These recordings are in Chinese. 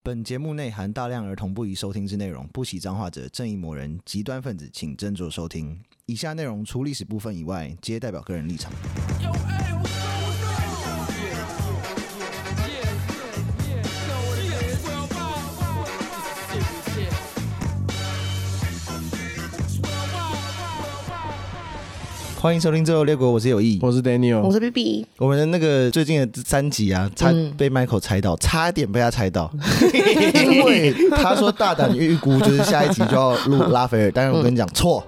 本节目内含大量儿童不宜收听之内容，不喜脏话者、正义魔人、极端分子，请斟酌收听。以下内容除历史部分以外，皆代表个人立场。欢迎收听《最后列国》，我是有意， 我是 Daniel， 我是 BB。 我们的那个最近的3集啊，被 Michael 猜到，差点被他猜到，因为他说大胆预估就是下一集就要录拉斐尔，但是我跟你讲错。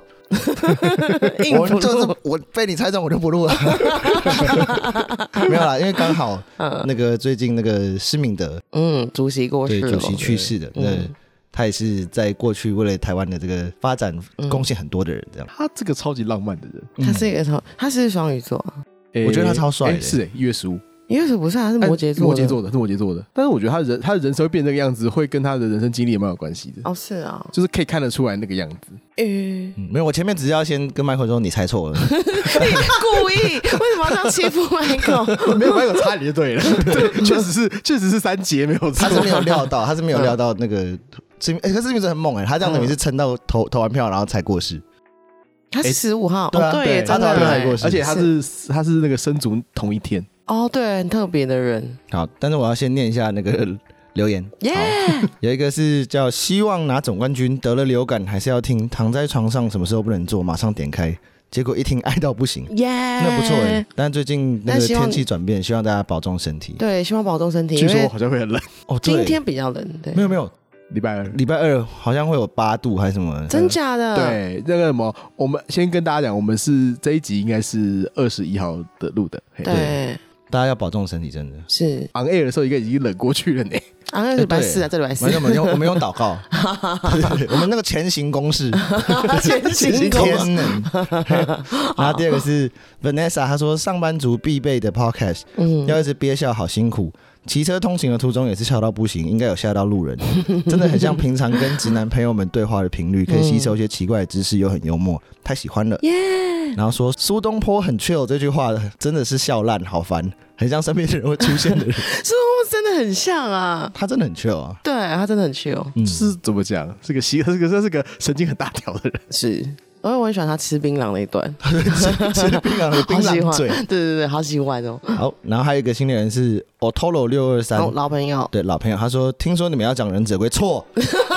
我被你猜中我就不录了。没有啦，因为刚好那个最近那个施明德主席过世了， 对，主席去世的，他也是在过去为了台湾的这个发展贡献很多的人，这样。 他这个超级浪漫的人， 他是一个他是双鱼座， 我觉得他超帅的， 是1月15。 1月15不是，他是摩羯座的， 是摩羯座的。但是我觉得他的人生会变这个样子，会跟他的人生经历也蛮有关系的。 哦，是啊， 就是可以看得出来那个样子。 没有，我前面只是要先跟 Michael 说你猜错了。 你故意？为什么要这样欺负 Michael？ 没有 Michael 差你就对了。对，确实是3节没有错。 他是没有料到，那个可是名字很猛他这样等于是撑到投完票然后才过世。 他是15号， 对啊， 对， 他投完票才过世， 而且他是那个生卒同一天。 哦，对，很特别的人。 好，但是我要先念一下那个留言。有一个是叫希望拿总冠军，得了流感还是要听，躺在床上什么时候不能做，马上点开，结果一听爱到不行。那不错但最近那个天气转变，希望大家保重身体。 对，希望保重身体。 据说好像会很冷哦，今天比较冷。对， 没有。礼拜二好像会有8度还是什么？ 真假的？ 对，那个什么，我们先跟大家讲，我们是这一集应该是21号的录的。 对， 大家要保重身体，真的是。 on air 的时候应该已经冷过去了呢。 那礼拜4啊，这礼拜4。 我们用祷告，对，我们那个前行公式， 前行公式。 然后第二个是 Vanessa， 她说上班族必备的 podcast，要一直憋笑，好辛苦。骑车通行的途中也是笑到不行，应该有吓到路人，真的很像平常跟直男朋友们对话的频率，可以吸收一些奇怪的知识，又很幽默，太喜欢了。然后说苏东坡很 chill 这句话真的是笑烂，好烦，很像身边的人会出现的人。 苏东坡真的很像啊， 他真的很 chill 啊， 对，他真的很 chill， 是怎么讲？是个神经很大条的人， 是。我很喜欢他吃槟榔那一段， 吃槟榔的槟榔嘴， 对，好喜欢哦。 好，然后还有一个新的人是 Otolo623， 老朋友， 对，老朋友，他说听说你们要讲忍者龟，错，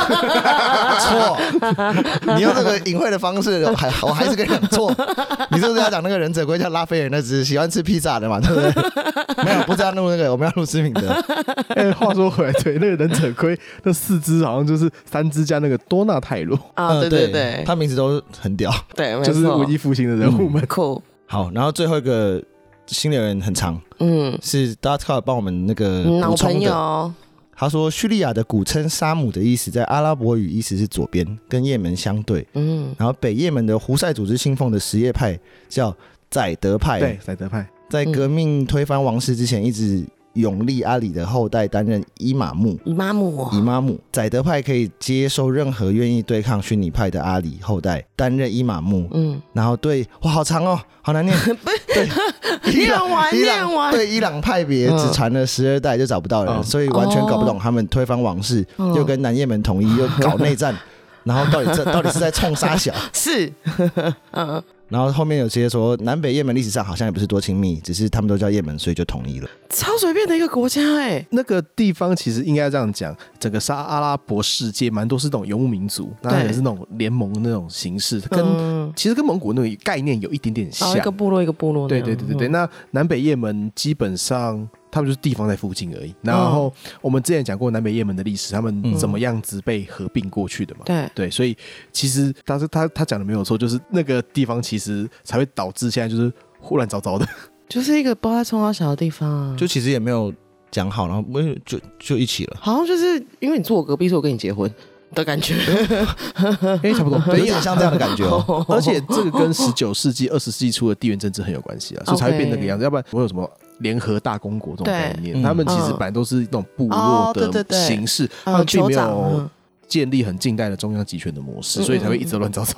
你用这个隐晦的方式，我还是跟你讲错，你是不是要讲那个忍者龟叫拉斐尔那只喜欢吃披萨的嘛，对不对？没有，不是要录那个，我们要录施明德。 话说回来，对，那个忍者龟那4只好像就是3只加那个多纳泰罗啊，对， 他名字都很屌， 对， 就是文艺复兴的人物们。 酷。 好，然后最后一个新留言很长，是 Dotcard 帮我们那个老朋友。 他说叙利亚的古称沙姆的意思在阿拉伯语意思是左边，跟也门相对。然后北也门的胡塞组织信奉的什叶派叫宰德派， 对，宰德派在革命推翻王室之前一直永立阿里的后代担任伊玛目。宰德派可以接受任何愿意对抗逊尼派的阿里后代担任伊玛目。然后对，哇，好长哦，好难念。对，伊朗派别只传了12代就找不到人，所以完全搞不懂他们推翻王室，又跟南也门统一，又搞内战，然后到底是在冲杀小？ 是， 然后后面有直接说，南北也门历史上好像也不是多亲密，只是他们都叫也门，所以就统一了。 超随便的一个国家那个地方其实应该这样讲，整个阿拉伯世界蛮多是那种游牧民族，那也是那种联盟的那种形式，其实跟蒙古那个概念有一点点像， 一个部落一个部落。 对。那南北也门基本上他们就是地方在附近而已。然后我们之前讲过南北也门的历史，他们怎么样子被合并过去的嘛？对，所以其实他讲的没有错，就是那个地方其实才会导致现在就是忽然糟糟的。 就是一个不知道冲到小的地方啊， 就其实也没有讲好，然后就一起了， 好像就是因为你住我隔壁，所以我跟你结婚的感觉。 差不多， 有点像这样的感觉哦。 而且这个跟19世纪、20世纪初的地缘政治很有关系啊，所以才会变那个样子。要不然会有什么联合大公国这种概念？他们其实本来都是那种部落的形式，他们并没有建立很近代的中央集权的模式，所以才会一直乱糟糟的。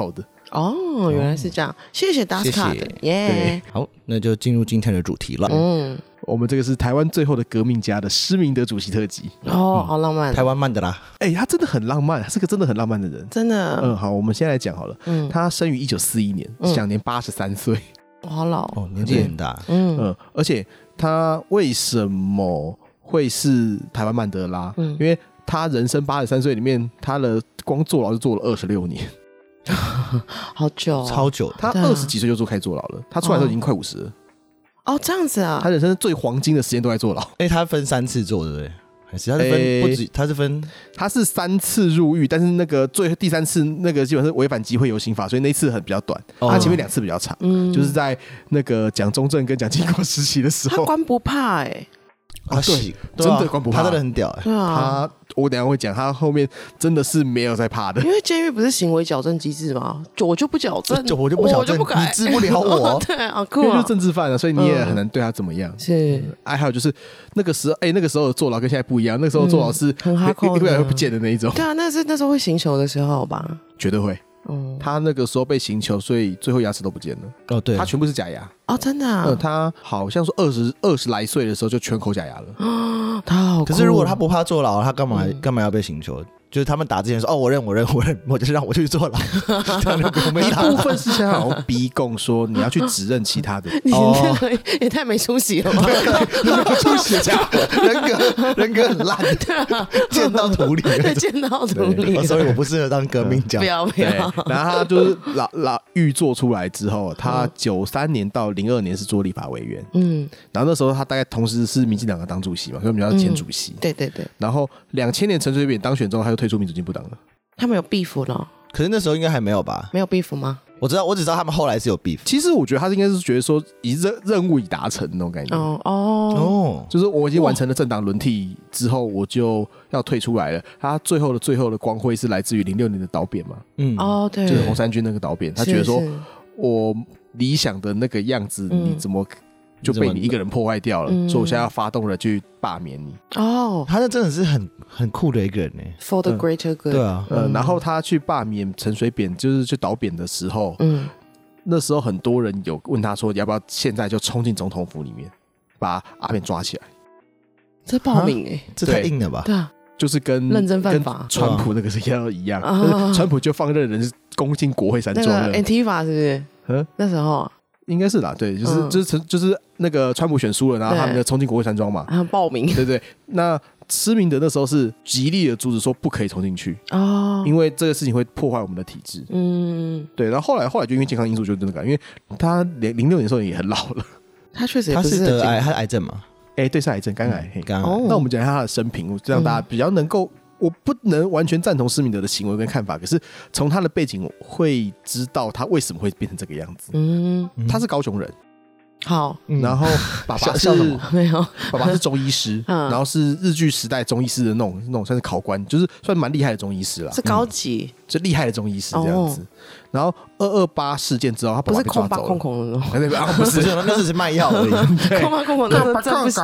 哦，原来是这样，谢谢 Duscard， 耶。 好，那就进入今天的主题了。 我们这个是台湾最后的革命家的施明德主席特辑。 好浪漫， 台湾曼德拉。 他真的很浪漫，他是个真的很浪漫的人， 真的。 好，我们先来讲好了。他生于1941年，享年83岁。 好老年纪很大。 而且他为什么会是台湾曼德拉？因为他人生83岁里面，他的光坐牢就坐了26年。 好久， 超久。 他20几岁就开始坐牢了，他出来的时候已经快50了。 这样子啊！ 他人生最黄金的时间都在坐牢。 他分3次坐，对不对？还是他是分不止？他是 3次入狱，但是那个第3次那个基本上是违反集会游行法，所以那一次比较短。他前面2次比较长，就是在那个蒋中正跟蒋经国时期的时候， 他官不怕对，真的官不怕， 他真的很屌。 对啊， 我等一下会讲，他后面真的是没有在怕的。 因为监狱不是行为矫正机制吗？我就不矫正， 我就不矫正，你治不了我。 对啊，酷啊， 因为就是政治犯啊，所以你也很难对他怎么样。 是， 还有就是那个时候，那个时候的坐牢跟现在不一样，那个时候坐牢是很哈扣， 一会不见的那一种。 对啊，那时候会刑求的时候吧？ 绝对会。他那个时候被刑求，所以最后牙齿都不见了。 对， 他全部是假牙。 真的啊？ 他好像说20来岁的时候就全口假牙了。 他好酷。 可是如果他不怕坐牢，他干嘛要被刑求？就是他们打之前说，我认，我就是让我去坐牢。 一部分是想好像逼供说你要去指认其他的。 你这个也太没出息了吧？ 没有出息，家伙， 人格很烂， 对啊， 见到土里， 见到土里。 所以我不适合当革命家。 不要。 然后他就是狱做出来之后，他93年到02年是做立法委员。然后那时候他大概同时是民进党的党主席嘛，所以我们叫前主席。 对。 然后2000年陈水扁当选之后，他就退出民主进步党了。 他们有 beef 了？ 可是那时候应该还没有吧？ 没有 beef 吗？ 我只知道他们后来是有 beef。 其实我觉得他应该是觉得说，任务已达成那种感觉。就是我已经完成了政党轮替之后，我就要退出来了。他最后的光辉是来自于06年的倒扁嘛。 对， 就是红衫军那个倒扁。他觉得说，我理想的那个样子，你怎么就被你一个人破坏掉了？所以我现在要发动了去罢免你。 他那真的是很酷的一个人呢。 For the greater good。 对啊， 然后他去罢免陈水扁，就是去倒扁的时候，那时候很多人有问他说，要不要现在就冲进总统府里面，把阿扁抓起来？ 这报名这太硬了吧？ 对啊， 就是跟认真犯法， 川普那个是一样。川普就放任人攻进国会山庄了。 Antifa 是不是？那时候。 应该是啦，对，就是那个川普选输了，然后他们就冲进国会山庄嘛， 报名， 对。那施明德那时候是极力的阻止说不可以冲进去因为这个事情会破坏我们的体制。对。然后后来就因为健康因素就真的改，因为他连06年的时候也很老了。 他确实他是得癌，他是癌症嘛？ 对，是癌症，肝癌。 那我们讲一下他的生平，这样大家比较能够。我不能完全赞同施明德的行为跟看法，可是从他的背景会知道他为什么会变成这个样子。他是高雄人。 好， 然后爸爸是没有， 爸爸是中医师，然后是日据时代中医师的那种算是考官，就是算蛮厉害的中医师啦， 是高级， 就厉害的中医师这样子。然后228事件之后，他爸爸被抓走了， 不是空的那种，不是， 那只是卖药而已。 空那这不是，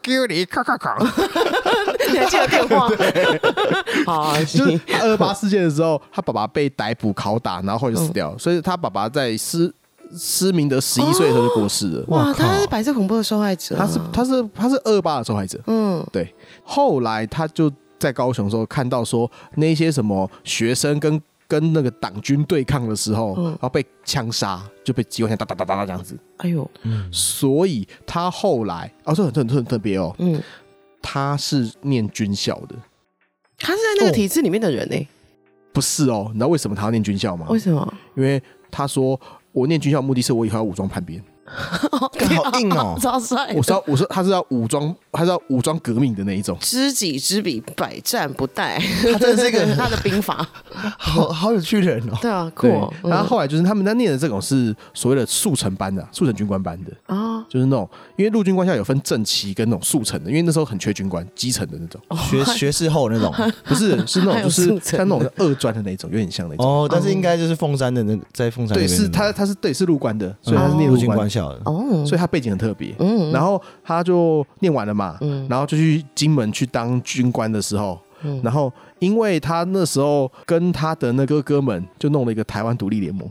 你还记得电话？好， 就是228事件的时候，他爸爸被逮捕拷打，然后后来就死掉了，所以他爸爸在施明德11岁的时候就过世了。 哇，他是白色恐怖的受害者。 他是228的受害者。对。后来他就在高雄的时候看到说，那些什么学生跟那个党军对抗的时候，然后被枪杀，就被机关枪打这样子。 哎呦， 所以他后来这很特别哦。他是念军校的。 他是在那个体制里面的人呢？ 不是哦，你知道为什么他要念军校吗？ 为什么？ 因为他说。我念军校的目的是我以后要武装叛变。 好硬哦， 超帅！ 我说他是要武装革命的那一种， 知己知彼，百战不殆。 他真的是一个他的兵法， 好有趣的人哦。 对啊，酷。 然后后来就是他们在念的这种是所谓的速成班的，速成军官班的就是那种因为陆军官校有分正期跟那种速成的，因为那时候很缺军官，基层的那种学士后那种， 不是那种就是像那种2专的那种，有点像那种但是应该就是凤山的那个在凤山那边， 对，是他是陆官的，所以他是念陆军官校的所以他背景很特别。然后他就念完了嘛，然后就去金门去当军官的时候，然后因为他那时候跟他的那个哥们就弄了一个台湾独立联盟。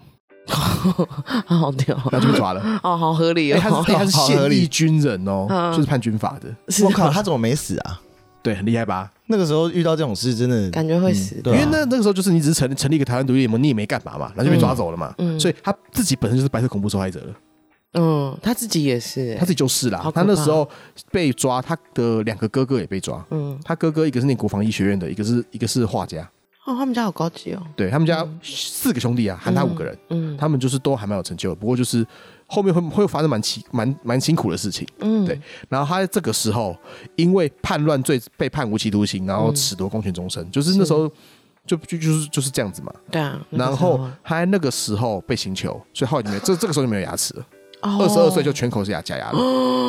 好屌， 然后就被抓了。 哦，好合理哦。 他是现役军人哦，就是判军法的。 我靠，他怎么没死啊？ 对，很厉害吧？ 那个时候遇到这种事，真的感觉会死。 因为那个时候就是你只是成立一个台湾独立联盟，你也没干嘛嘛，然后就被抓走了嘛。所以他自己本身就是白色恐怖受害者了。 他自己也是， 他自己就是啦。他那时候被抓，他的2个哥哥也被抓。他哥哥一个是念国防医学院的，一个是画家。 他们家好高级哦。 对，他们家4个兄弟啊，含他5个人。他们就是都还蛮有成就的，不过就是后面会发生蛮辛苦的事情。对。然后他在这个时候因为叛乱罪被判无期徒刑，然后褫夺公权终身，就是那时候就是这样子嘛。 对啊。 然后他在那个时候被刑求，所以后来就没有这个时候就没有牙齿了。22岁就全口是假牙了。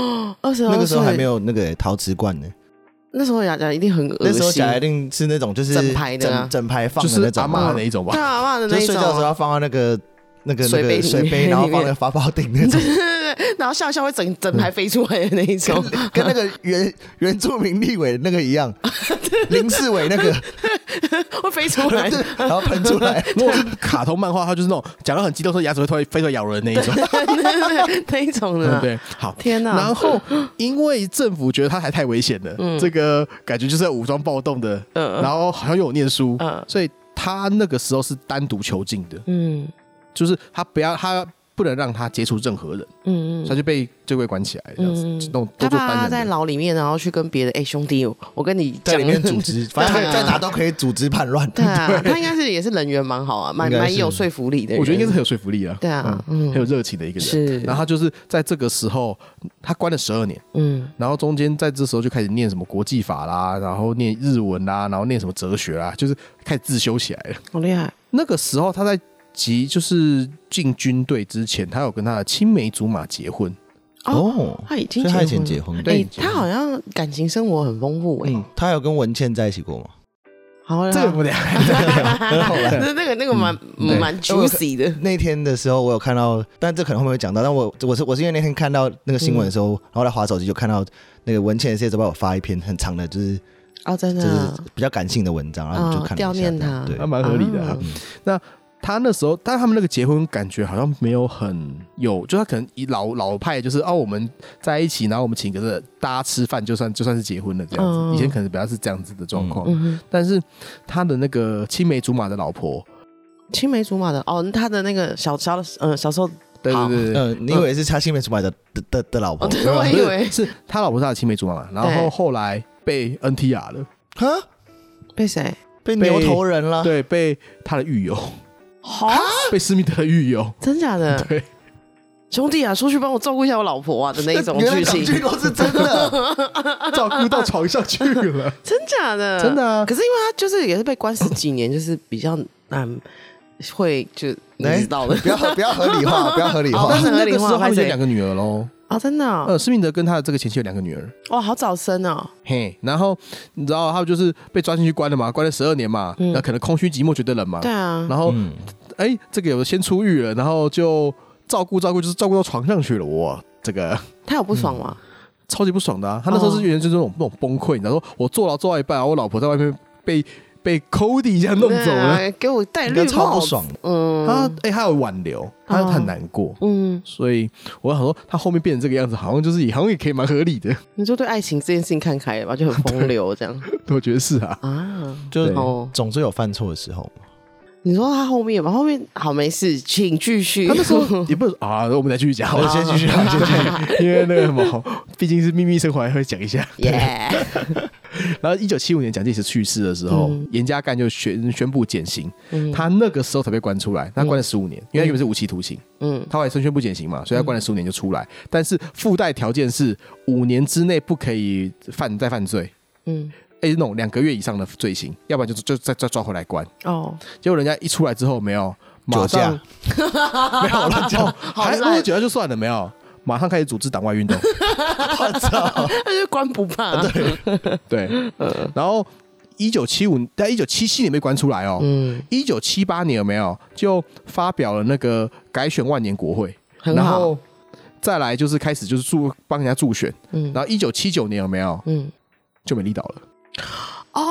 22 那个时候还没有那个陶瓷罐呢。 那时候假牙一定很恶心。 那时候假牙一定是那种就是整排的， 整排放的那种， 就是阿嬷的那一种吧。 对，阿嬷的那一种。 就睡觉的时候要放到那个水杯，然后放那个发泡顶那种。 然后笑笑会整排飞出来的那一种， 跟那个原住民立委那个一样，林世伟那个会飞出来， 然后喷出来。 如果是卡通漫画，它就是那种讲到很激动，说牙齿会突然飞出来咬人那一种， 那一种的。 对，好， 天哪！ 然后因为政府觉得他还太危险了，这个感觉就是要武装暴动的，然后好像又有念书，所以他那个时候是单独囚禁的，就是他不能让他接触任何人，他就被关起来，这样子， 他怕他在牢里面，然后去跟别的兄弟，我跟你在里面组织，反正在哪都可以组织叛乱。 对啊，他应该也是人缘蛮好啊，蛮有说服力的人。 我觉得应该是很有说服力啊， 对啊， 很有热情的一个人。 是， 然后他就是在这个时候，他关了12年，然后中间在这时候就开始念什么国际法啦，然后念日文啦，然后念什么哲学啦，就是开始自修起来了， 好厉害。 那个时候他在就是进军队之前，他有跟他的青梅竹马结婚。 他已经以前结婚。 对，他好像感情生活很丰富。 他有跟文茜在一起过吗？ 好， 这个不了。 那个蛮 juicy 的。 那天的时候我有看到，但这可能会不会讲到？但我是因为那天看到那个新闻的时候，然后来滑手机就看到那个文茜的世界周报有发一篇很长的，就是真的就是比较感性的文章，然后就看了悼念他， 对， 蛮合理的。那他那时候，但他们那个结婚感觉好像没有很有，就他可能以老派，就是我们在一起，然后我们请个大家吃饭，就算是结婚了这样子。以前可能比较是这样子的状况，但是他的那个青梅竹马的老婆， 他的那个小时候， 对， 你以为是他青梅竹马的老婆？ 我以为是他老婆是他的青梅竹马嘛，然后后来被 NTR 了， 被谁？ 被牛头人了？ 对，被他的狱友。被施密德的狱友， 真假的？ 对， 兄弟啊，出去帮我照顾一下我老婆啊的那一种剧情， 剧都是真的， 照顾到床上去了， 真假的？ 真的啊！ 可是因为他就是也是被关10几年，就是比较难会就你知道的， 不要合理化，不要合理化。 但是那个时候他们有2个女儿喽。 真的施密德跟他的这个前妻有2个女儿。 好早生哦。 嘿，然后你知道他们就是被抓进去关了嘛，关了12年嘛，那可能空虚寂寞觉得冷嘛。 对啊。 然后这个有先出狱了，然后就照顾，就是照顾到床上去了。哇，这个他有不爽吗？ 超级不爽的啊！他那时候是原来就是那种崩溃，你知道说我坐牢坐到一半，我老婆在外面被 Cody 这样弄走了， 给我戴绿帽， 超不爽。 他有挽留，他很难过。所以我想说，他后面变成这个样子，好像也可以蛮合理的。 你就对爱情这件事情看开了吧，就很风流这样。 我觉得是啊， 就是总是有犯错的时候。 你说他后面吧，后面好没事，请继续。 他那时候也不是我们再继续讲，我先继续，因为那个什么，毕竟是秘密生活，还会讲一下。然后1975年蒋介石去世的时候，严家淦就宣布减刑，他那个时候才被关出来，他关了15年，因为他原本是无期徒刑，他后来宣布减刑嘛，所以他关了15年就出来，但是附带条件是5年之内不可以再犯罪。那种2个月以上的罪行，要不然就再抓回来关。结果人家一出来之后，没有马上没有乱讲，还喝酒就算了，没有马上开始组织党外运动。 我操， 他就关不怕。 对，然后在1977年被关出来哦。1978年有没有就发表了那个改选万年国会，然后再来就是开始就是帮人家助选。然后1979年有没有就美丽岛了。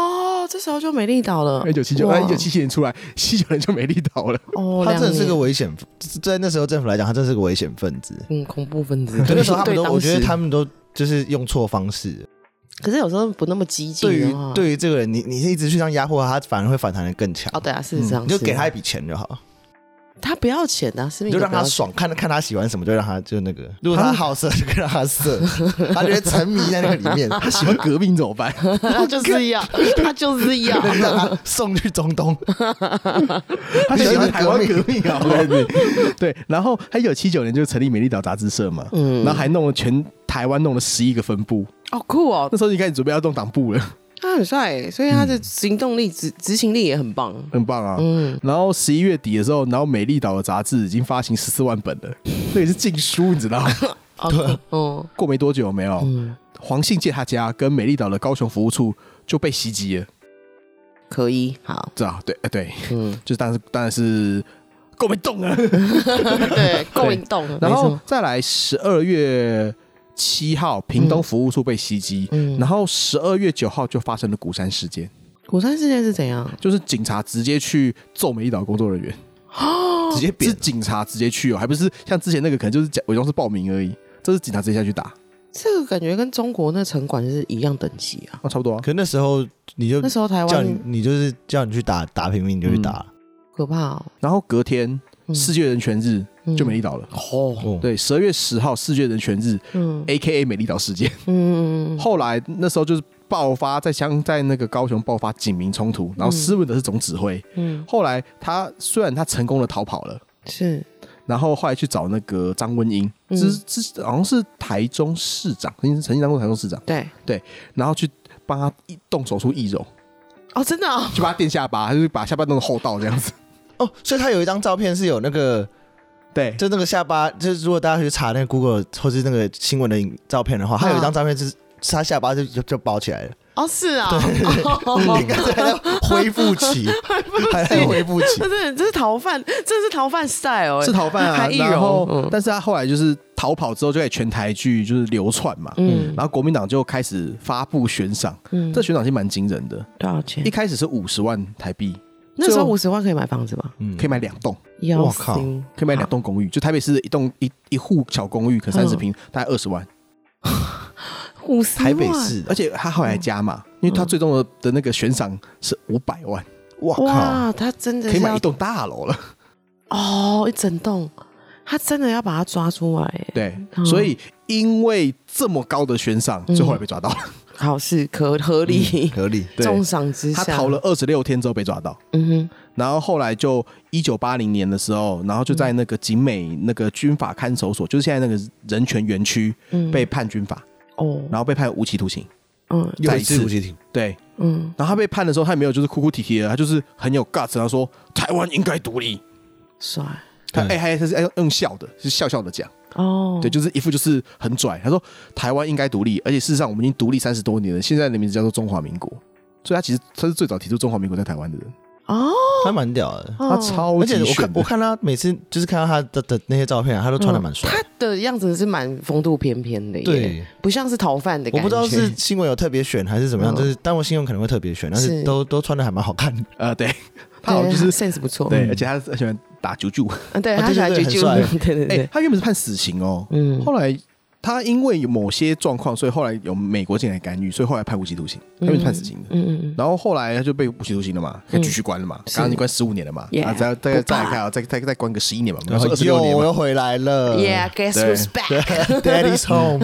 这时候就美丽岛了。 1977年出来，79年就美丽岛了。 他真的是个危险，在那时候政府来讲，他真的是个危险分子， 恐怖分子。 可那时候他们都，我觉得他们都就是用错方式。 可是有时候不那么激进的话， 对于这个人，你一直去这样压迫他，他反而会反弹的更强。 对啊，是这样， 你就给他一笔钱就好。 他不要钱啊，是不是？ 就让他爽，看他喜欢什么，就让他就那个。如果他好色，就让他色。他觉得沉迷在那个里面， 他喜欢革命怎么办？ 他就是要， 让他送去中东。 他喜欢台湾革命啊！对，然后他1979年就成立美丽岛杂志社嘛，然后还弄了全台湾弄了11个分部， 酷哦！ 那时候就开始准备要弄党部了。 他很帅，所以他的行动力、执行力也很棒， 很棒啊！然后11月底的时候，然后美丽岛的杂志已经发行14万本了，这也是禁书，你知道吗？对，过没多久有没有？黄信介他家跟美丽岛的高雄服务处就被袭击了。 可以，好， 对，就是当然是够没动啊， 对，够没动。 然后再来12月7号，屏东服务处被袭击，然后12月9号就发生了鼓山事件。 鼓山事件是怎样？ 就是警察直接去揍美丽岛工作人员，直接是警察直接去还不是像之前那个可能就是伪装是报名而已，这是警察直接下去打。 这个感觉跟中国那城管是一样等级啊， 差不多啊。 可那时候那时候台湾你就是叫你去打平民，你就去打， 可怕哦。 然后隔天世界人权日就美丽岛了。对，12月10号世界人权日，AKA 美丽岛事件。后来那时候就是爆发在那个高雄爆发警民冲突，然后施文德是总指挥。后来虽然他成功的逃跑了， 是。 然后后来去找那个张文英，好像是台中市长，曾经当过台中市长。对，然后去帮他动手术易容。 真的去把他垫下巴，他就把下巴弄厚道这样子。 所以他有一张照片是有那个， 对， 就那个下巴，就是如果大家去查那个 Google 或是那个新闻的照片的话，他有一张照片是他下巴就包起来了。 是啊， 应该是还在恢复期，还在恢复期。 这是逃犯，这是逃犯 style， 是逃犯啊。 还易容， 然后，但是他后来就是逃跑之后，就在全台剧就是流窜嘛。然后国民党就开始发布悬赏，这悬赏是蛮惊人的。 多少钱？ 一开始是50万台币。 那时候50万可以买房子吗？ 可以买2栋。 我靠， 可以买2栋公寓，就台北市的一户小公寓，可能30坪，大概20万。 50万， 台北市， 而且他后来加嘛，因为他最终的那个悬赏是500万。 哇， 他真的可以买一栋大楼了。 一整栋，他真的要把他抓出来。 对，所以因为这么高的悬赏，最后来被抓到了。 好，是合理， 合理。 重赏之下， 他逃了26天之后被抓到。然后后来就1980年的时候，然后就在那个景美那个军法看守所，就是现在那个人权园区，被判军法。然后被判无期徒刑。 再一次无期徒刑。 对，然后他被判的时候，他也没有就是哭哭啼啼的，他就是很有 guts， 他说台湾应该独立。 帅。 他是用笑的，是笑的讲。对，就是一副就是很拽。他说台湾应该独立，而且事实上我们已经独立30多年了，现在的名字叫做中华民国。所以他其实是最早提出中华民国在台湾的人。 他蛮屌的， 他超级炫的。 我看他每次就是看到他的那些照片，他都穿得蛮帅。 他的样子是蛮风度翩翩的耶， 对， 不像是逃犯的感觉。 我不知道是新闻有特别选还是怎么样，就是单位新闻可能会特别选，但是都穿得还蛮好看的。 对，他好像就是 sense 不错。 对，而且他喜欢打啾啾。 对，他喜欢啾啾。对。 他原本是判死刑哦，后来他因为有某些状况，所以后来有美国进来干预，所以后来判无期徒刑，他原本判死刑的。然后后来他就被无期徒刑了嘛，可以继续关了嘛。刚刚你关15年了嘛，再来看啊，再关个11年嘛， 然后26年我又回来了。 Yeah, guess who's back? Daddy's home.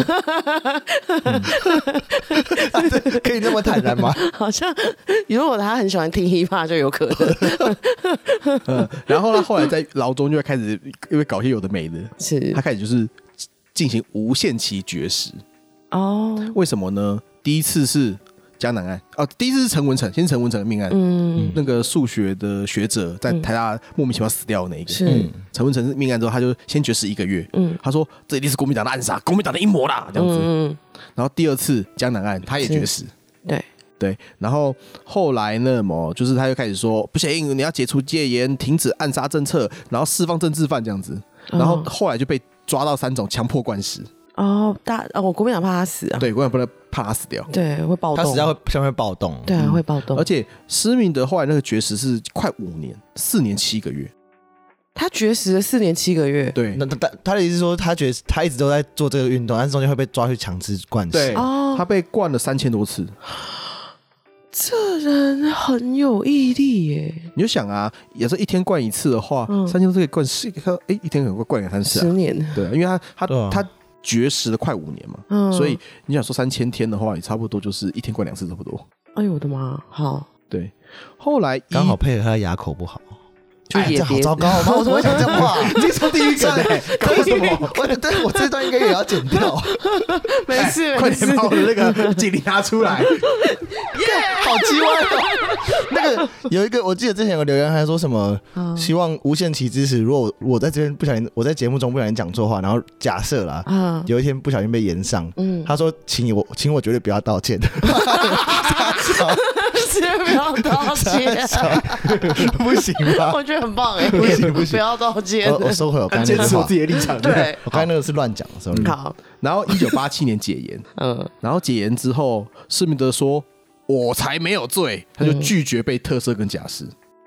可以那么坦然吗？ 好像如果他很喜欢听 hiphop 就有可能。 然后他后来在牢中就会开始因为搞些有的没的，他开始就是进行无限期绝食。为什么呢？第一次是江南案第一次是陈文成，先是陈文成的命案。那个数学的学者在台大莫名其妙死掉的那一个。陈文成命案之后，他就先绝食1个月。他说这一定是国民党的暗杀，国民党的阴谋啦，这样子。然后第二次江南案，他也绝食。对，然后后来呢，就是他就开始说不行，你要解除戒严，停止暗杀政策，然后释放政治犯这样子。然后后来就被抓到3种强迫灌食。国民党怕他死啊？ 对，国民党怕他死掉， 对，会暴动， 他死掉会暴动， 对啊，会暴动。 而且施明德后来那个绝食是快5年，4年7个月。 他绝食了4年7个月， 对， 那他的意思是说，他觉得他一直都在做这个运动，但是中间会被抓去强制灌食。 对，他被灌了3000多次。 这人很有毅力耶！ 你就想啊，有时候一天灌1次的话，3000多次可以灌一天可能灌2-3次 10年。 对，因为他绝食了快5年嘛，所以你想说3000天的话，也差不多就是一天灌2次差不多。 哎呦我的妈！好， 对，后来刚好配合他的牙口不好。 就也这好糟糕，我怎么会讲这种话？ 你说地狱梗搞什么？ 我这段应该也要剪掉。 没事， 快点把我的那个锦鲤拿出来。 好奇怪哦！那个有一个，我记得之前有个留言还说什么，希望无限期支持。如果我在这边不小心，我在节目中不小心讲错话，然后假设啦，有一天不小心被延上，他说请我绝对不要道歉。 不要道歉， 不行吧？ 我觉得很棒哎， 不行， 不要道歉。 我收回我刚才坚持我自己的立场。 对， 我刚才那个是乱讲的。 好， 然后1987年解严，然后解严之后，施明德说：“我才没有罪。”他就拒绝被特赦跟假释。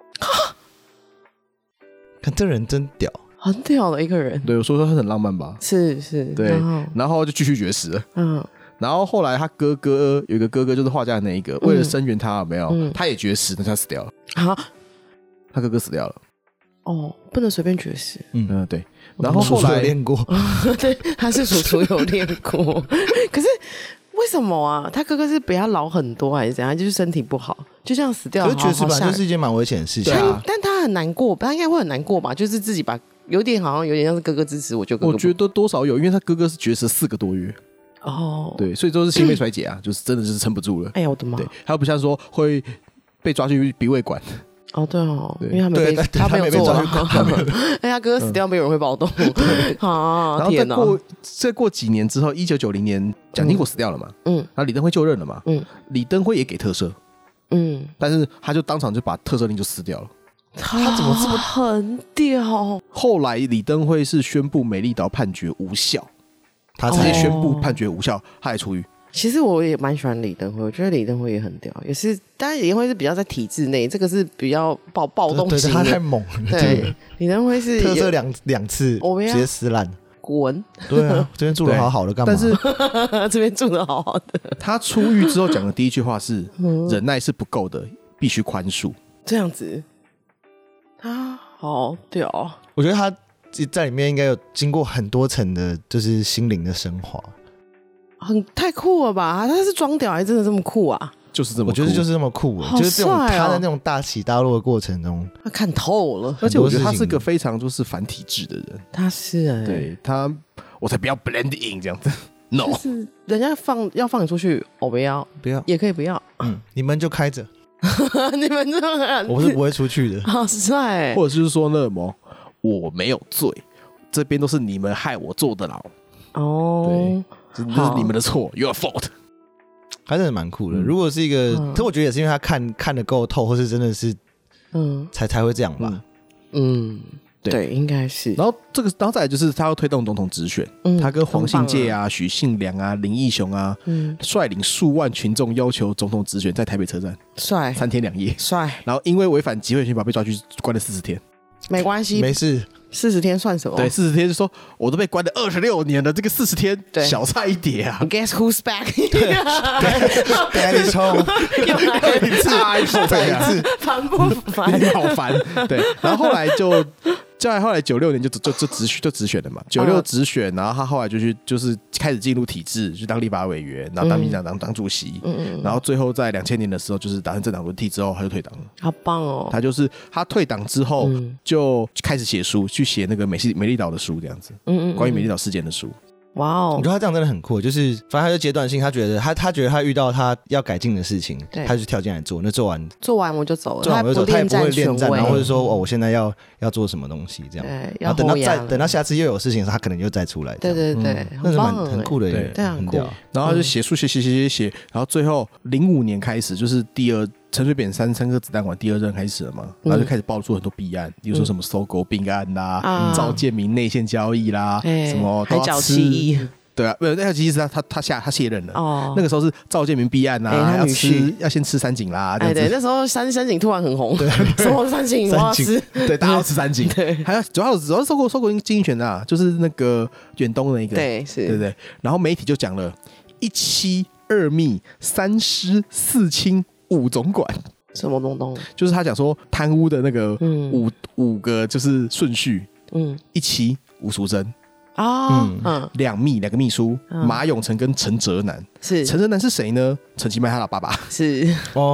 看这人真屌， 很屌的一个人。 对，我说他很浪漫吧？ 是， 对，然后就继续绝食了。然后后来他哥哥有一个哥哥就是画家的那一个，为了声援他有没有，他也绝食，但他死掉了。他哥哥死掉了。 哦，不能随便绝食。 对。然后后来有练过， 对，他是叔叔有练过。可是为什么啊？他哥哥是比他老很多还是怎样？就是身体不好，就这样死掉。 可是绝食本来就是一件蛮危险的事情。 但他很难过，他应该会很难过吧？就是自己把好像有点像是哥哥支持我，就哥哥我觉得多少有，因为他哥哥是绝食4个多月。对，所以都是心肺衰竭啊，就是真的是撑不住了。 哎呀，我的妈！ 对，还有不像说会被抓去鼻胃管。 对哦，因为他没有做到。哎，他哥哥死掉，没有人会暴动。 然后再过几年之后，1990年蒋经国死掉了嘛，然后李登辉就任了嘛，李登辉也给特赦，但是他就当场就把特赦令就撕掉了。 他怎么这么很屌？ 后来李登辉是宣布美丽岛判决无效。他直接宣布判决无效，他还出狱。 其实我也蛮喜欢李登辉，我觉得李登辉也很屌，也是，当然李登辉是比较在体制内，这个是比较暴动型的， 他太猛了。 对，李登辉是特赦两次，直接撕烂。 滚！ 对啊，这边住的好好的，干嘛？ 但是这边住的好好的。 他出狱之后讲的第一句话是：忍耐是不够的，必须宽恕。这样子，他好屌。 我觉得他在里面应该有经过很多层的，就是心灵的升华， 太酷了吧？他是装屌还是真的这么酷啊？ 就是这么酷， 我觉得就是这么酷，就是这种他在那种大起大落的过程中， 他看透了。 而且我觉得他是个非常就是反体制的人。 他是对他，我才不要 blend in 这样子。No， 就是人家要放你出去，我不要，也可以不要。 你们就开着， 你们这样， 我是不会出去的。 好帅， 或者是说那什么。我没有罪，这边都是你们害我坐的牢。对，这是你们的错 ，your fault。 还是蛮酷的。如果是一个，可我觉得也是因为他看得够透，或是真的是，才会这样吧。 对，应该是。 然后再来就是他要推动总统直选，他跟黄信介啊、许信良啊、林义雄啊，率领数万群众要求总统直选在台北车站， 帅 ，3天2夜， 帅。 然后因为违反集会刑法被抓去关了40天。 没关系， 没事 ，40天算什么？ 对，40天就说我都被关了26年了，这个40天小菜一碟啊。 Guess who's back？ Daddy 冲， 又来一次， 再一次， 烦不烦？ 好烦。对，然后后来后来96年就直选了嘛，96直选，然后他后来就是开始进入体制，去当立法委员，然后当民进党当主席，然后最后在2000年的时候，就是打算政党轮替之后，他就退党了。 好棒哦！ 他退党之后就开始写书，去写那个美丽岛的书，这样子，关于美丽岛事件的书。 哇哦！ 我觉得他这样真的很酷，就是反正他就阶段性，他觉得他遇到他要改进的事情，他就跳进来做，那做完我就走了， 他也不会恋战，然后或者说我现在要做什么东西这样，然后等到下次又有事情的时候，他可能又再出来， 对， 那是很酷的， 对，很酷。 然后他就写书写，然后最后05年开始就是陈水扁三颗子弹丸第2任开始了嘛，然后就开始爆出很多弊案，比如说什么搜狗并案啦、赵建明内线交易啦，什么海角七亿， 对啊，没有，那其实他卸任了。哦，那个时候是赵建明弊案啊，要先吃三井啦。 对，那时候三井突然很红，什么三井我要吃， 对，大家要吃三井。对，还有主要是收购经营权的，就是那个远东的那个， 对，是， 对不对？然后媒体就讲了1妻2秘3师4卿5总管。 什么东东？ 就是他讲说贪污的那个五个就是顺序，1妻吴淑珍。2秘2个秘书，马永成跟陈哲南。是陈哲南是谁呢？陈其迈他的爸爸。 是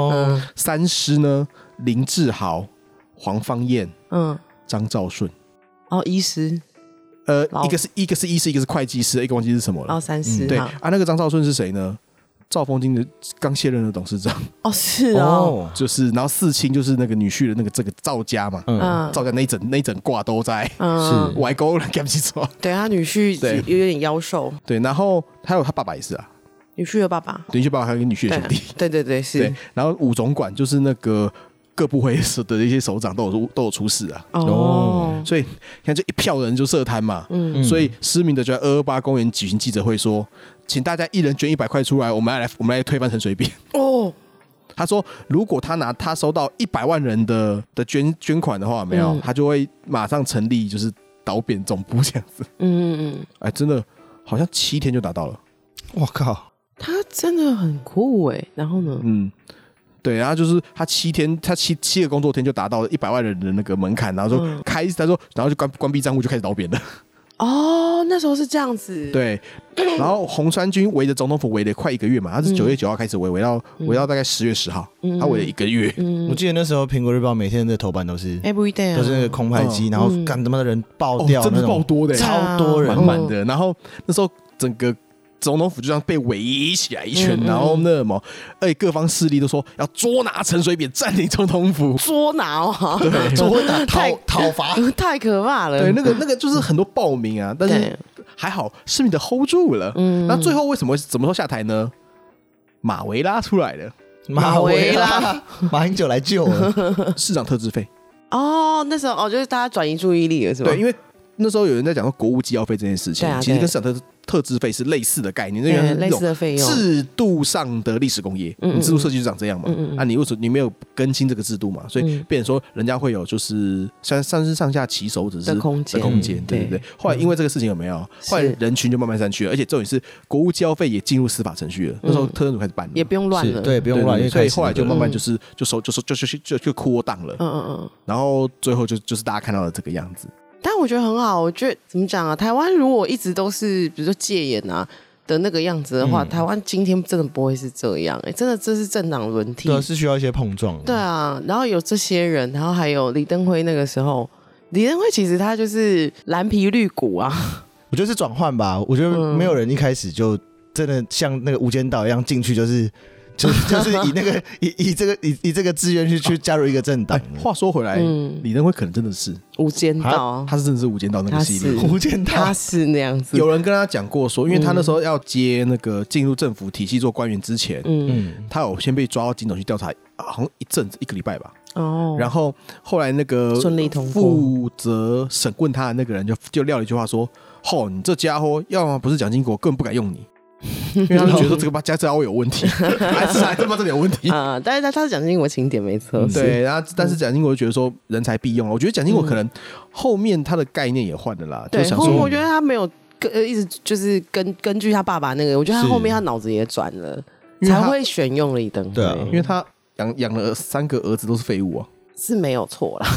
3师呢，林志豪、黄芳燕、张兆顺。 医师。 一个是医师，一个是会计师，一个忘记是什么了。 3师。 对啊，那个张兆顺是谁呢？兆丰金的刚卸任的董事长。 是哦， 就是然后4卿就是那个女婿的那个这个赵家嘛，赵家那一整挂都在，是外沟了，搞不清楚。 对，他女婿有点妖兽。 对，然后还有他爸爸也是啊， 女婿的爸爸， 女婿爸爸还有一个女婿的兄弟。 对是。对， 然后5总管就是那个各部会的一些首长都有出事啊。所以看这一票人就涉贪嘛。所以施明德就在228公园举行记者会说，请大家一人捐100块出来，我们来推翻陈水扁。他说，如果他收到100万人的捐款的话，没有，他就会马上成立就是倒扁总部这样子。真的好像7天就达到了。 我靠， 他真的很酷哎。然后呢？ 对，然后就是他7个工作天就达到了100万人的那个门槛，然后就他说，然后就关闭账户就开始倒扁了。 那时候是这样子。 对，然后洪川军围着总统府围了快1个月嘛，他是9月9号开始围到大概10月10号，他围了1个月。 我记得那时候苹果日报每天的头版都是 every day 都是那个空拍机，然后干他妈的人爆掉， 真的是爆多的， 超多人满的。然后那时候整个总统府就这样被围起来一圈，然后而且各方势力都说要捉拿陈水扁，占领总统府。 捉拿对， 捉拿讨伐， 太可怕了。 对，那个就是很多报名啊，但是还好施明德 hold 住了。那最后怎么时候下台呢？马维拉出来了。 马维拉，马英九来救了。 市长特支费。 那时候就是大家转移注意力了，是吧？ 对，因为那时候有人在讲说国务机要费这件事情，其实跟市长特支费是类似的概念， 类似的费用， 制度上的历史工业，制度设计就长这样嘛。你为什么你没有更新这个制度嘛？所以变成说人家会有就是上下其手只是的空间，对。后来因为这个事情有没有？后来人群就慢慢散去了，而且重点是国务机要费也进入司法程序了。那时候特侦组开始办了， 也不用乱了， 对，不用乱， 所以后来就慢慢就扩档了。然后最后就是大家看到的这个样子。 但我觉得很好，我觉得怎么讲啊？台湾如果一直都是比如说戒严啊的那个样子的话，台湾今天真的不会是这样。真的这是政党轮替， 对，是需要一些碰撞。 对啊，然后有这些人，然后还有李登辉那个时候，李登辉其实他就是蓝皮绿骨啊。 我觉得是转换吧，我觉得没有人一开始就真的像那个无间道一样进去就是以那个以这个志愿去加入一个政党。 话说回来，李登辉可能真的是无间道， 他是真的是无间道那个系列。 无间道， 他是那样子。 有人跟他讲过说，因为他那时候要接那个进入政府体系做官员之前，他有先被抓到警总去调查，好像1个礼拜吧。然后后来那个负责审问他的那个人就撂了一句话说：“你这家伙要么不是蒋经国，根本不敢用你。”因为他就觉得说这个家伙有问题，还他妈这里有问题啊！但是他是蒋经国请点没错， 对。然后但是蒋经国就觉得说人才必用，我觉得蒋经国可能后面他的概念也换了啦。 对， 想说我觉得他没有一直就是根据他爸爸那个，我觉得他后面他脑子也转了，才会选用李登辉。 对，因为他养了3个儿子都是废物啊。 是没有错啦，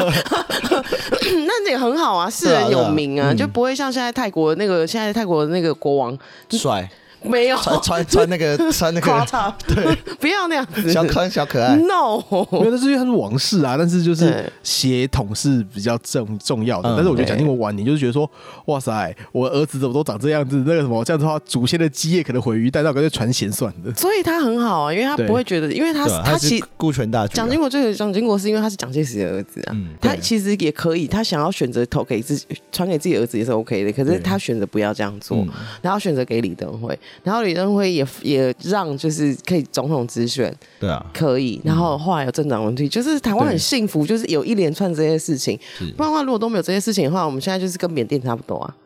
那也很好啊，世人有名啊，就不会像现在泰国的那个国王帅。 没有穿那个对，不要那样子， 小可爱 ，no， 因为那是因为他是王室啊，但是就是血统是比较重要的。但是我觉得蒋经国晚年就是觉得说，哇塞，我儿子怎么都长这样子，那个什么这样子的话，祖先的基业可能毁于一旦，那干脆传贤算的。 所以他很好啊，因为他不会觉得，因为他其实顾全大局。 蒋经国是因为他是蒋介石的儿子啊，他其实也可以，他想要选择投给传给自己儿子也是 OK 的，可是他选择不要这样做，然后选择给李登辉。然后李登辉也让就是可以总统直选， 对啊， 可以。然后后来有政党轮替，就是台湾很幸福，就是有一连串这些事情。不然的话，如果都没有这些事情的话，我们现在就是跟缅甸差不多啊。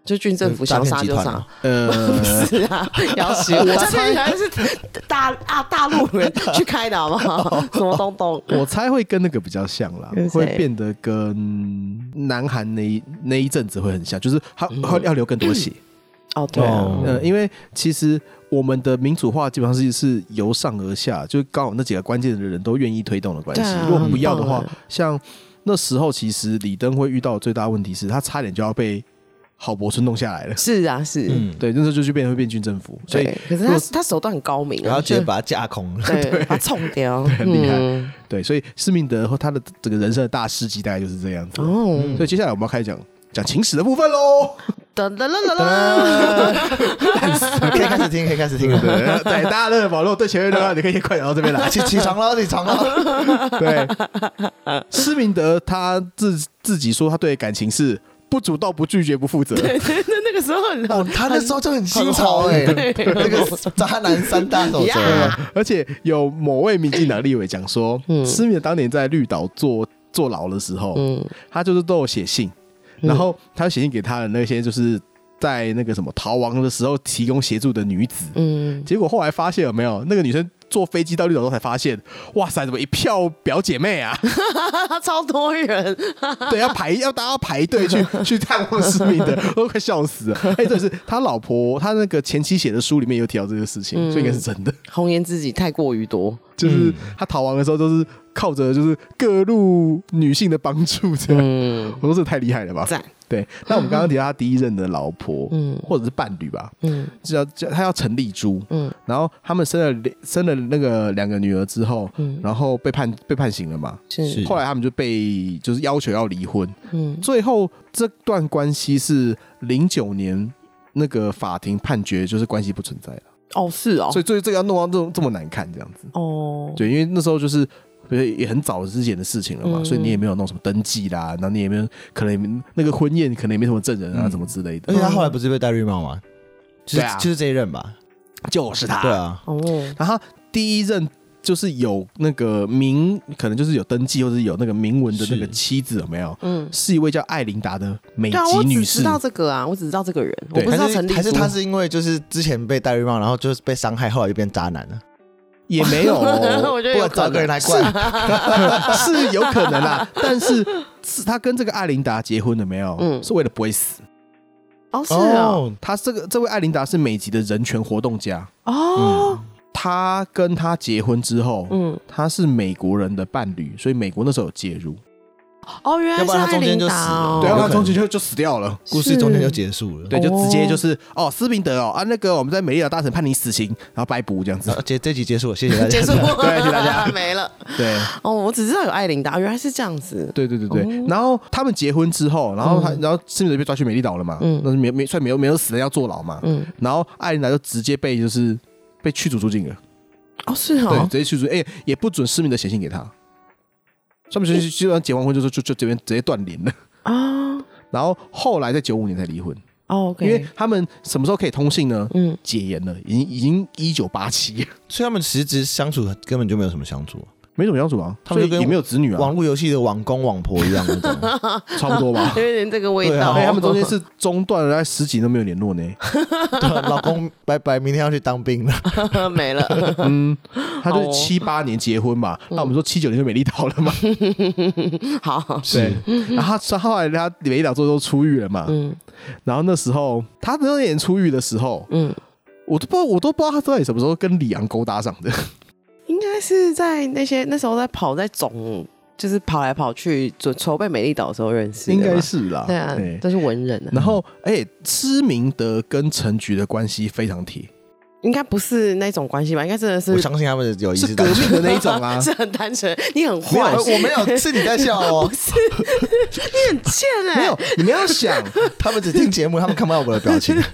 就军政府想杀就杀，不是啊，要挟我猜原来是大陆人去开的好不好？什么东东？ 我猜会跟那个比较像啦，会变得跟南韩那一阵子会很像，就是他要流更多血。 哦，对啊， 因为其实我们的民主化基本上是由上而下，就刚好那几个关键的人都愿意推动的关系。如果不要的话，像那时候其实李登辉遇到的最大的问题是他差点就要被郝柏村弄下来了。 是啊，是， 对，那时候就会变军政府。所以， 可是他手段很高明， 然后直接把他架空了， 对，把他冲掉， 很厉害。对，所以施明德他的整个人生的大事迹大概就是这样子。所以接下来我们要开始讲情史的部分喽。 噔噔噔噔噔， 可以开始听，可以开始听了。 对，大家的网络对前面的话，你可以快点到这边来。 起床了，起床了。 对，施明德他自己说他对感情是不主动、不拒绝、不负责。 对，那个时候他那时候就很新潮那个渣男3大守则。 而且有某位民进党立委讲说，施明德当年在绿岛坐牢的时候，他就是都有写信。然后他写信给他的那些就是在那个什么逃亡的时候提供协助的女子，结果后来发现有没有那个女生坐飞机到绿岛之后才发现，哇塞，怎么一票表姐妹啊， 超多人， 对，大家要排队去探望施明德，都快笑死了。这是他老婆他那个前妻写的书里面有提到这个事情，所以应该是真的。 红颜知己太过于多， 就是他逃亡的时候都是靠着就是各路女性的帮助，这样，我说这太厉害了吧？对，那我们刚刚提到他第一任的老婆，或者是伴侣吧，他要陈丽珠，然后他们生了那个2个女儿之后，然后被判刑了嘛，后来他们就就是要求要离婚，最后这段关系是09年那个法庭判决就是关系不存在了。 哦，是哦， 所以这个要弄到这么难看这样子。哦，对，因为那时候就是也很早之前的事情了嘛，所以你也没有弄什么登记啦，然后你也没有可能那个婚宴可能也没什么证人啊，什么之类的。 而且他后来不是被戴绿帽吗？就是这一任吧， 就是他。 对啊， 然后第一任就是有那个可能就是有登记或者有那个明文的那个妻子有没有？是一位叫艾琳达的美籍女士。我只知道这个啊，我只知道这个人，我不知道陈丽珠。 还是他是因为就是之前被戴绿帽，然后就是被伤害，后来就变渣男了。 也没有， 我觉得有找个人来怪， 是有可能啦。但是他跟这个艾琳达结婚了没有？是为了不会死。 哦，是哦。 他这位艾琳达是美籍的人权活动家。哦。他跟他结婚之后，他是美国人的伴侣，所以美国那时候有介入。 哦，原来是艾琳达哦， 对，要不然中间就死掉了， 故事中间就结束了， 对，就直接就是施明德那个我们在美丽岛大审判你死刑，然后逮捕这样子。 这集结束了，谢谢大家， 结束， 对，谢谢大家， 没了。 对， 我只知道有艾琳达，原来是这样子。 对，然后他们结婚之后，然后施明德被抓去美丽岛了嘛，那是没有死人要坐牢嘛，然后艾琳达就直接被驱逐出境了。 哦，是哦， 对，直接驱逐，也不准施明德写信给他。他们基本上结完婚就这边直接断联了啊，然后后来在95年才离婚。 哦，因为他们什么时候可以通信呢？解严了，已经1987， 所以他们实质相处根本就没有什么相处， 没什么相处啊，他们就跟也没有子女啊， 网络游戏的网公网婆一样那种， 差不多吧， 有点这个味道。 他们中间是中断了，大概10几都没有联络呢。 老公拜拜，明天要去当兵了， 没了。 他就是78年结婚嘛，那我们说79年就美丽岛了嘛。 好， 是。然后后来他美丽岛之后都出狱了嘛，然后那时候他那年出狱的时候，我都不知道他到底什么时候跟李昂勾搭上的。 应该是在那时候在就是跑来跑去筹备美丽岛的时候认识的， 应该是啦。 对啊，都是文人。 然后，施明德跟陈菊的关系非常铁。 应该不是那种关系吧？应该真的是， 我相信他们有意思， 是革命的那一种啊， 是很单纯。你很坏， 我没有，是你在笑哦， 不是，你很贱没有，你们要想， 他们只听节目，他们看不到我的表情。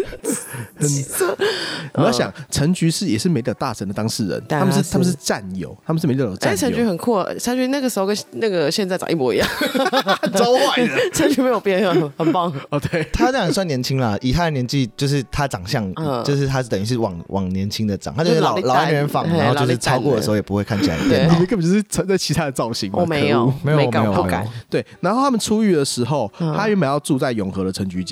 我要想，陈菊也是美丽岛大神的当事人，他们是战友，他们是美丽岛的战友。 陈菊很酷，陈菊那个时候跟那个现在长一模一样， 超坏的。 陈菊没有变，很棒。 哦，对， 他这样算年轻啦，以他的年纪，就是他长相，就是他是等于是往年轻的长，他就是老年人仿，然后就是超过的时候也不会看起来变老。 你们根本就是在其他的造型。 我没有， 没有， 不敢。 对，然后他们出狱的时候，他原本要住在永和的陈菊家。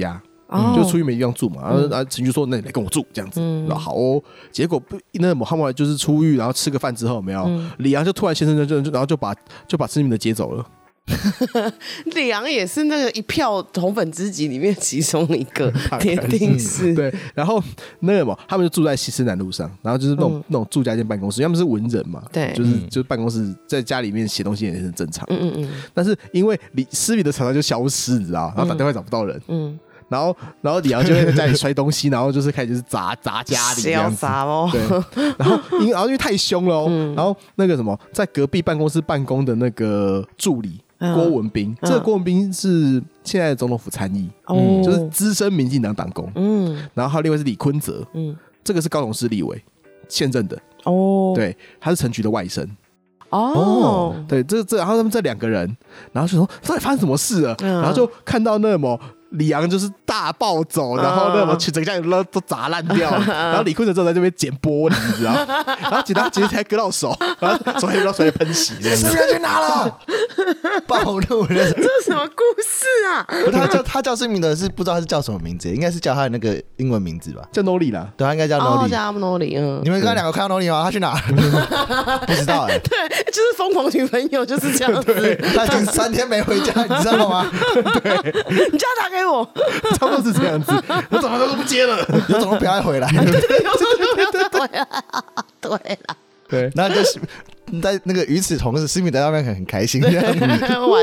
就出狱没地方住嘛，然后陈菊说那你来跟我住这样子，然后好哦，结果那他们就是出狱，然后吃个饭之后有没有，李阳就突然先生然后就把施明德接走了。 李阳也是那个一票红粉知己里面其中一个，铁定是。 对，然后那个嘛，他们就住在西施南路上，然后就是那种住家兼办公室，因为他们是文人嘛， 对， 就是办公室在家里面写东西也是很正常。但是因为施明德常常就消失，你知道，然后打电话找不到人。然后李阳就会在家里摔东西，然后就是开始就是砸家里这样子。对，然后因为太凶了然后那个什么，在隔壁办公室办公的那个助理。郭文彬，这个郭文彬是现在的总统府参议，就是资深民进党党工。然后还有另外是李坤泽，这个是高雄市立委，现任的。对，他是陈菊的外甥。对，然后他们这两个人，然后就说到底发生什么事了？然后就看到那么。李阳就是大暴走，然后那整个家里都砸烂掉了，然后李坤哲就在这边捡玻璃，你知道吗？然后捡到才割到手，然后手还遇到水喷洗， 是不是去哪了？暴露了，这是什么故事啊？ 他叫施明德是不知道他是叫什么名字，应该是叫他的那个英文名字吧？ 叫 Noli 啦， 对，他应该叫 Noli， 叫 Noli。 你们刚才两个看到 Noli 吗？他去哪？不知道对，就是疯狂女朋友就是这样子。 他已经3天没回家，你知道吗？ 对， 你叫他给我。 差不多是这样子，我怎么都不接了， 有种不要再回来， 有种就不要再回来，对啦， 对，那就是在那个与此同时，施明德那边很开心，这样玩，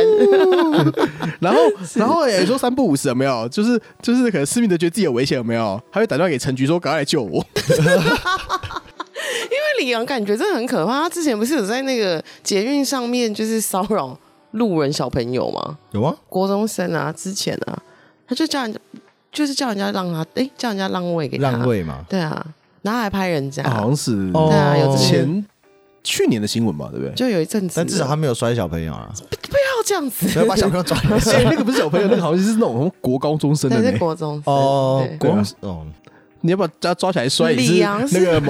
然后也说3不5时有没有？就是可能施明德觉得自己有危险有没有？他会打电话给陈菊说赶快来救我。因为李阳感觉真的很可怕，他之前不是有在那个捷运上面就是骚扰路人小朋友吗？ 有吗？ 国中生啊，之前啊。他就叫人家，就是叫人家让他，叫人家让位给他， 让位嘛， 对啊，然后还拍人家， 好像是， 对啊，有去年的新闻嘛，对不对？ 就有一阵子， 但至少他没有摔小朋友啊， 不要这样子， 不要把小朋友抓来， 那个不是小朋友，那个好像是那种国高中生的， 对，是国中生， 国中你要把他抓起来摔， 李阳是那个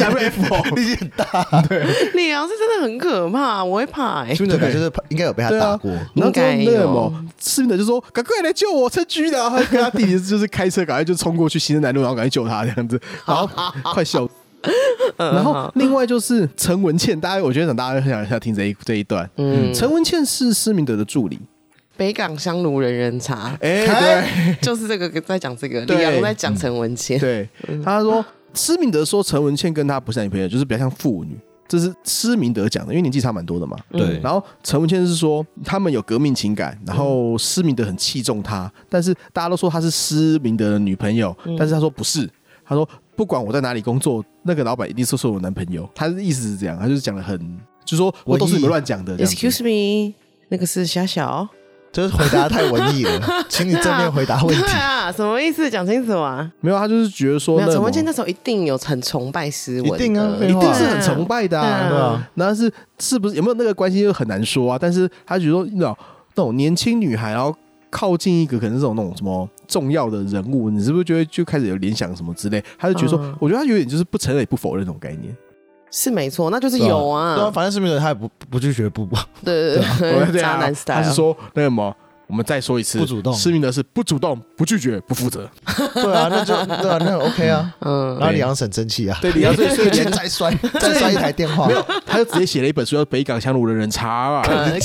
WWF 力气很大，对， 李阳是真的很可怕，我会怕。 施明德就是应该有被他打过， 应该有。 施明德就说：“赶快来救我，陈菊的。”然后他跟他弟弟就是开车，赶快就冲过去西城南路，然后赶快救他这样子，然后快笑。然后另外就是陈文茜，我觉得大家很想听这一段。陈文茜是施明德的助理。 北港香炉人人茶， 对， 就是这个在讲这个，李阳在讲陈文茜。 对，他说施明德说陈文茜跟他不是男女朋友，就是比较像父女，这是施明德讲的，因为年纪差蛮多的嘛。 对， 然后陈文茜是说他们有革命情感，然后施明德很器重他，但是大家都说他是施明德的女朋友，但是他说不是，他说不管我在哪里工作，那个老板一定是我男朋友，他的意思是这样，他就是讲的很，就是说我都是你们乱讲的。 Excuse me， 那个是小小。 就是回答太文艺了，请你正面回答问题。 对啊，什么意思？讲清楚啊！ 没有，他就是觉得说， 陈文茜那时候一定有很崇拜施文， 一定啊， 一定是很崇拜的啊，对啊。那是不是有没有那个关系就很难说啊？但是他觉得说，那种年轻女孩，然后靠近一个可能是那种什么重要的人物，你是不是就会就开始有联想什么之类？他就觉得说，我觉得他有点就是不承认也不否认那种概念。 是没错，那就是有啊。 对啊，反正施明德他也不拒绝不。 对，渣男 style。 他是说那个什么，我们再说一次， 不主动。 施明德是不主动、不拒绝、不负责。 对啊，那就对啊，那 OK 啊。然后李阳很生气啊， 对，李阳所以再摔一台电话， 没有，他就直接写了一本书叫《北港香炉人人茶》啊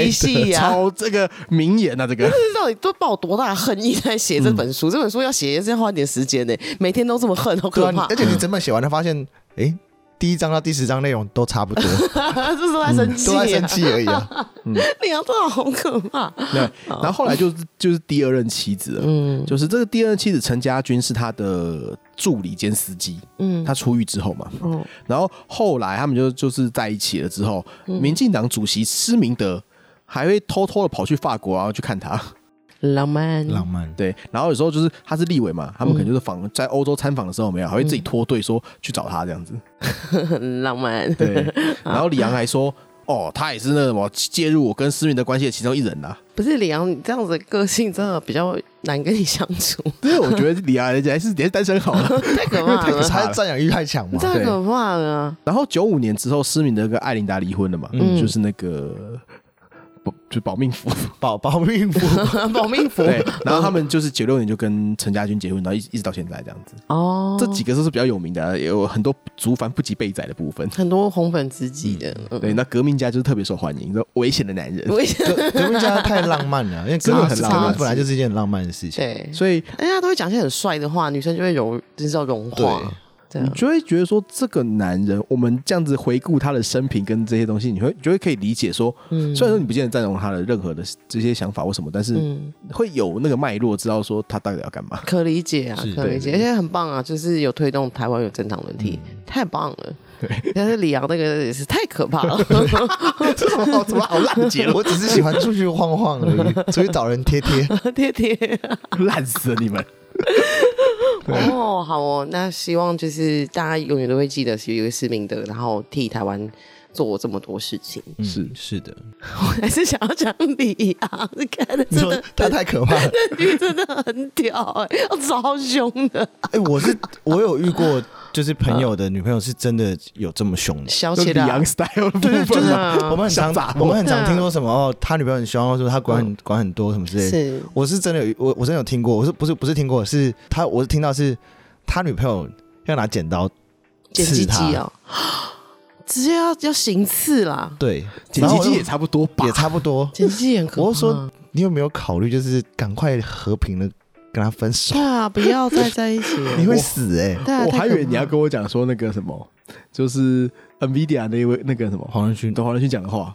，K 啊， 超这个名言啊，这个到底都抱多大恨意在写这本书？这本书要写也是要花点时间呢，每天都这么恨，好可怕。 而且你整本写完了，发现第1章到第10章内容都差不多， 这都在生气， 都在生气而已啊。 李阳真的好可怕。 对，然后后来就是第2任妻子了，就是这个第2任妻子陈家军是他的助理兼司机，他出狱之后嘛，然后后来他们就是在一起了之后，民进党主席施明德还会偷偷的跑去法国然后去看他。 浪漫， 对。然后有时候就是他是立委嘛，他们可能就是在欧洲参访的时候没有，还会自己脱队说去找他这样子， 浪漫。 对。然后李阳还说，他也是那什么介入我跟施明德关系的其中一人啦。 不是李阳，你这样子的个性真的比较难跟你相处。 对，我觉得李阳还是单身好了， 太可怕了， 他占有欲太强嘛， 太可怕了。 然后95年之后，施明德跟艾琳达离婚了嘛，就是那个。 就保命符， 保命符， 保命符。 对，然后他们就是96年就跟陈家军结婚，然后一直到现在这样子。哦，这几个都是比较有名的，也有很多族繁不及备载的部分， 很多红粉知己的。 对，那革命家就是特别受欢迎，危险的男人。 革命家太浪漫了，因为革命很浪漫，本来就是一件很浪漫的事情。 对， 所以大家都会讲一些很帅的话，女生就会知道融化。 你就会觉得说，这个男人，我们这样子回顾他的生平跟这些东西，你就会可以理解说，虽然说你不见得赞同他的任何的这些想法或什么，但是会有那个脉络，知道说他到底要干嘛。 可理解啊，可理解，而且很棒啊，就是有推动台湾有政党轮替，太棒了。对，但是李阳那个也是太可怕了， 这什么好烂的结论？ 我只是喜欢出去晃晃而已，出去找人贴， 烂死了你们。 哦，好哦，那希望就是大家永远都会记得有一个施明德，然后替台湾做这么多事情。 是的， 我还是想要讲李昂，看的真的他太可怕了， 那女真的很屌超凶的。 我有遇过。就是朋友的女朋友是真的有这么凶的， 小起来， 李昂 style 的部分， 就是我们很常听说什么他女朋友很凶，或者说他管很多什么之类的。 是， 我是真的我真的有听过，不是听过，是我是听到是他女朋友要拿剪刀刺他， 直接要行刺啦。 对， 剪鸡鸡也差不多吧， 也差不多， 剪鸡鸡很可怕。 我说你有没有考虑，就是赶快和平的跟他分手？ 对啊，不要再在一起了， 你会死我还以为你要跟我讲说那个什么，就是 NVIDIA 那一位那个什么黄仁勋讲的话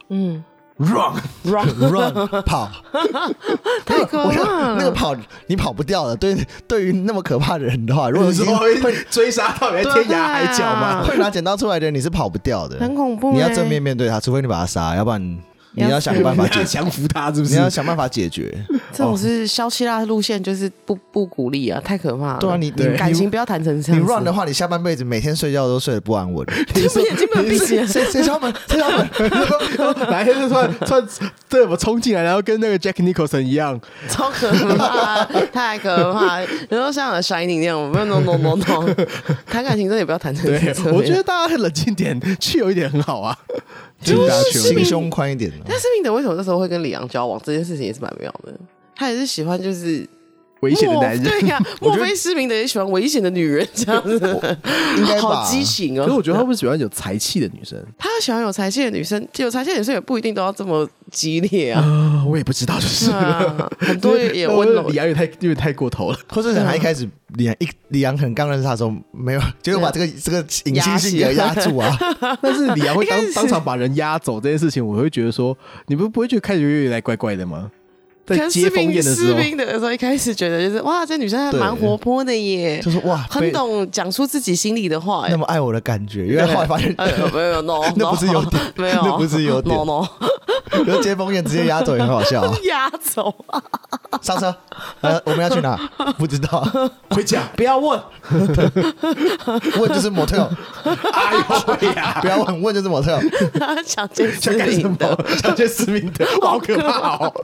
，run 跑， 太可怕了。 那个跑你跑不掉了。对于那么可怕的人的话，如果你会追杀到你在天涯海角吗？ 会拿剪刀出来的人，你是跑不掉的， 很恐怖。 你要正面面对他，除非你把他杀，要不然。你要想办法降服他，是不是？ 你要想办法解决。 这种是消希腊路线，就是不鼓励啊，太可怕了。 对啊，你感情不要谈成这样。 你 run 的话，你下半辈子每天睡觉都睡得不安稳。 你眼睛闭起来， 谁敲门？ 哪一天就突然对我们冲进来，然后跟那个 Jack Nicholson 一样， 超可怕，太可怕。然后像 Shining 那样，no，谈感情真的也不要谈成这样。 我觉得大家冷静点，去有一点很好啊。 就是心胸宽一点。 但施明德为什么那时候会跟李昂交往？这件事情也是蛮妙的。他也是喜欢就是危险的男人， 对呀，莫非施明德也喜欢危险的女人这样子？ 应该吧， 好激情哦！ 可是我觉得他不是喜欢有才气的女生， 他喜欢有才气的女生，有才气的女生也不一定都要这么激烈啊。 我也不知道，就是很多也温柔。 李昂有点太过头了， 或者他一开始李昂很刚认识他的时候没有，结果把这个隐性性给压住啊。 但是李昂会当场把人压走这件事情，我会觉得说，你不会觉得开始越来怪怪的吗？在接风宴的时候， 施明德的时候，一开始觉得就是哇，这女生还蛮活泼的耶， 就是哇， 很懂讲出自己心里的话， 那么爱我的感觉。因为后来发现， 没有 no， 那不是优点， 没有， 那不是优点 no。 然后接风宴直接压走也很好笑， 压走啊！ 上车，我们要去哪？不知道， 回家不要问， 问就是 motel。 哎呦呀， 不要问就是 motel。 想见施明德， 想见施明德，好可怕哦！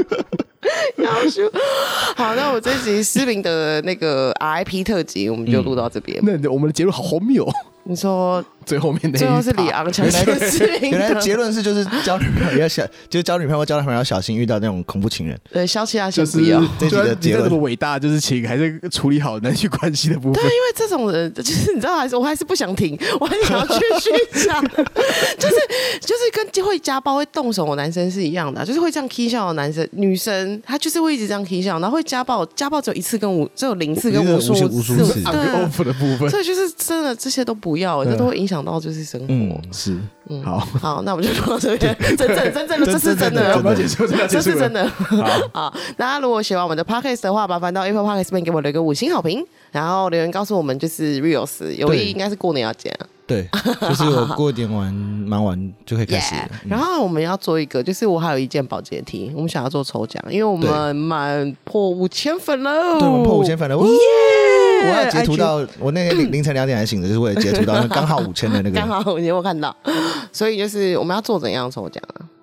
好，那我这集施明德的那个 RIP 特辑，我们就录到这边。 那我们的结论好荒谬。 你说最后面那最后是李昂强奸施明德， 原来结论是就是交女朋友要小，就是交女朋友或交男朋友要小心遇到那种恐怖情人。 对，消气啊，先不要。 这集的结论这么伟大，就是请还是处理好男女关系的部分。 对，因为这种人就是你知道，我还是不想停，我还是想要继续讲。就是跟会家暴会动手的男生是一样的，就是会这样 k 笑的男生女生，他就是会一直这样 k 笑，然后会家暴只有1次跟只有0次跟无数次的部分。 所以就是真的这些都不要，这都会影响到就是生活。 是， 好，那我们就说到这边，真正的，这是真的，这是真的。好，大家如果喜欢我们的 podcast 的话，麻烦到 Apple Podcast 边给我留个5星好评，然后留言告诉我们就是 Reels 有意应该是过年要剪。 对，就是我过点忙完就可以开始了。 然后我们要做一个，就是我还有一件保洁题，我们想要做抽奖，因为我们破5000粉了。 对，我们破5000粉了，耶！我要截图到我那天凌晨2点还醒着，就是为了截图到刚好5000的那个。 刚好5000，我看到。所以就是我们要做怎样抽奖啊？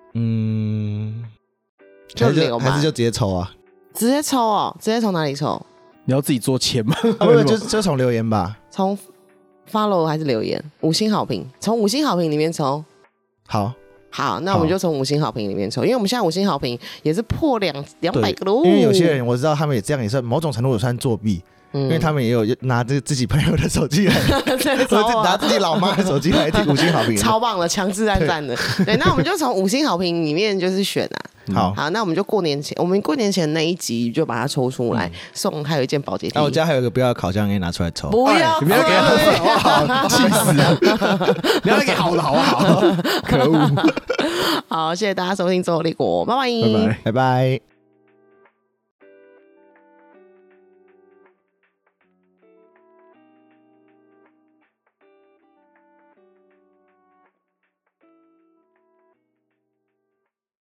就留还是就直接抽啊？ 直接抽哦，直接从哪里抽？ 你要自己做签吗？ 不，就从留言吧。 从 follow 还是留言？5星好评，从5星好评里面抽。 好， 好，那我们就从5星好评里面抽，因为我们现在5星好评也是破200个喽。 因为有些人我知道他们也这样，也是某种程度也算作弊。因为他们也有拿着自己朋友的手机来，或者拿自己老妈的手机来听5星好评， 超棒的，强制按赞的。对，那我们就从5星好评里面就是选啊。好，那我们就过年前，我们过年前那一集就把它抽出来，送还有一件保洁梯。 我家还有一个不要烤箱可以拿出来抽。 不要， 你不要给他好不好？气死了！你要给好的好不好？可恶！ 好，谢谢大家收听《周游列国》，拜拜， 拜拜。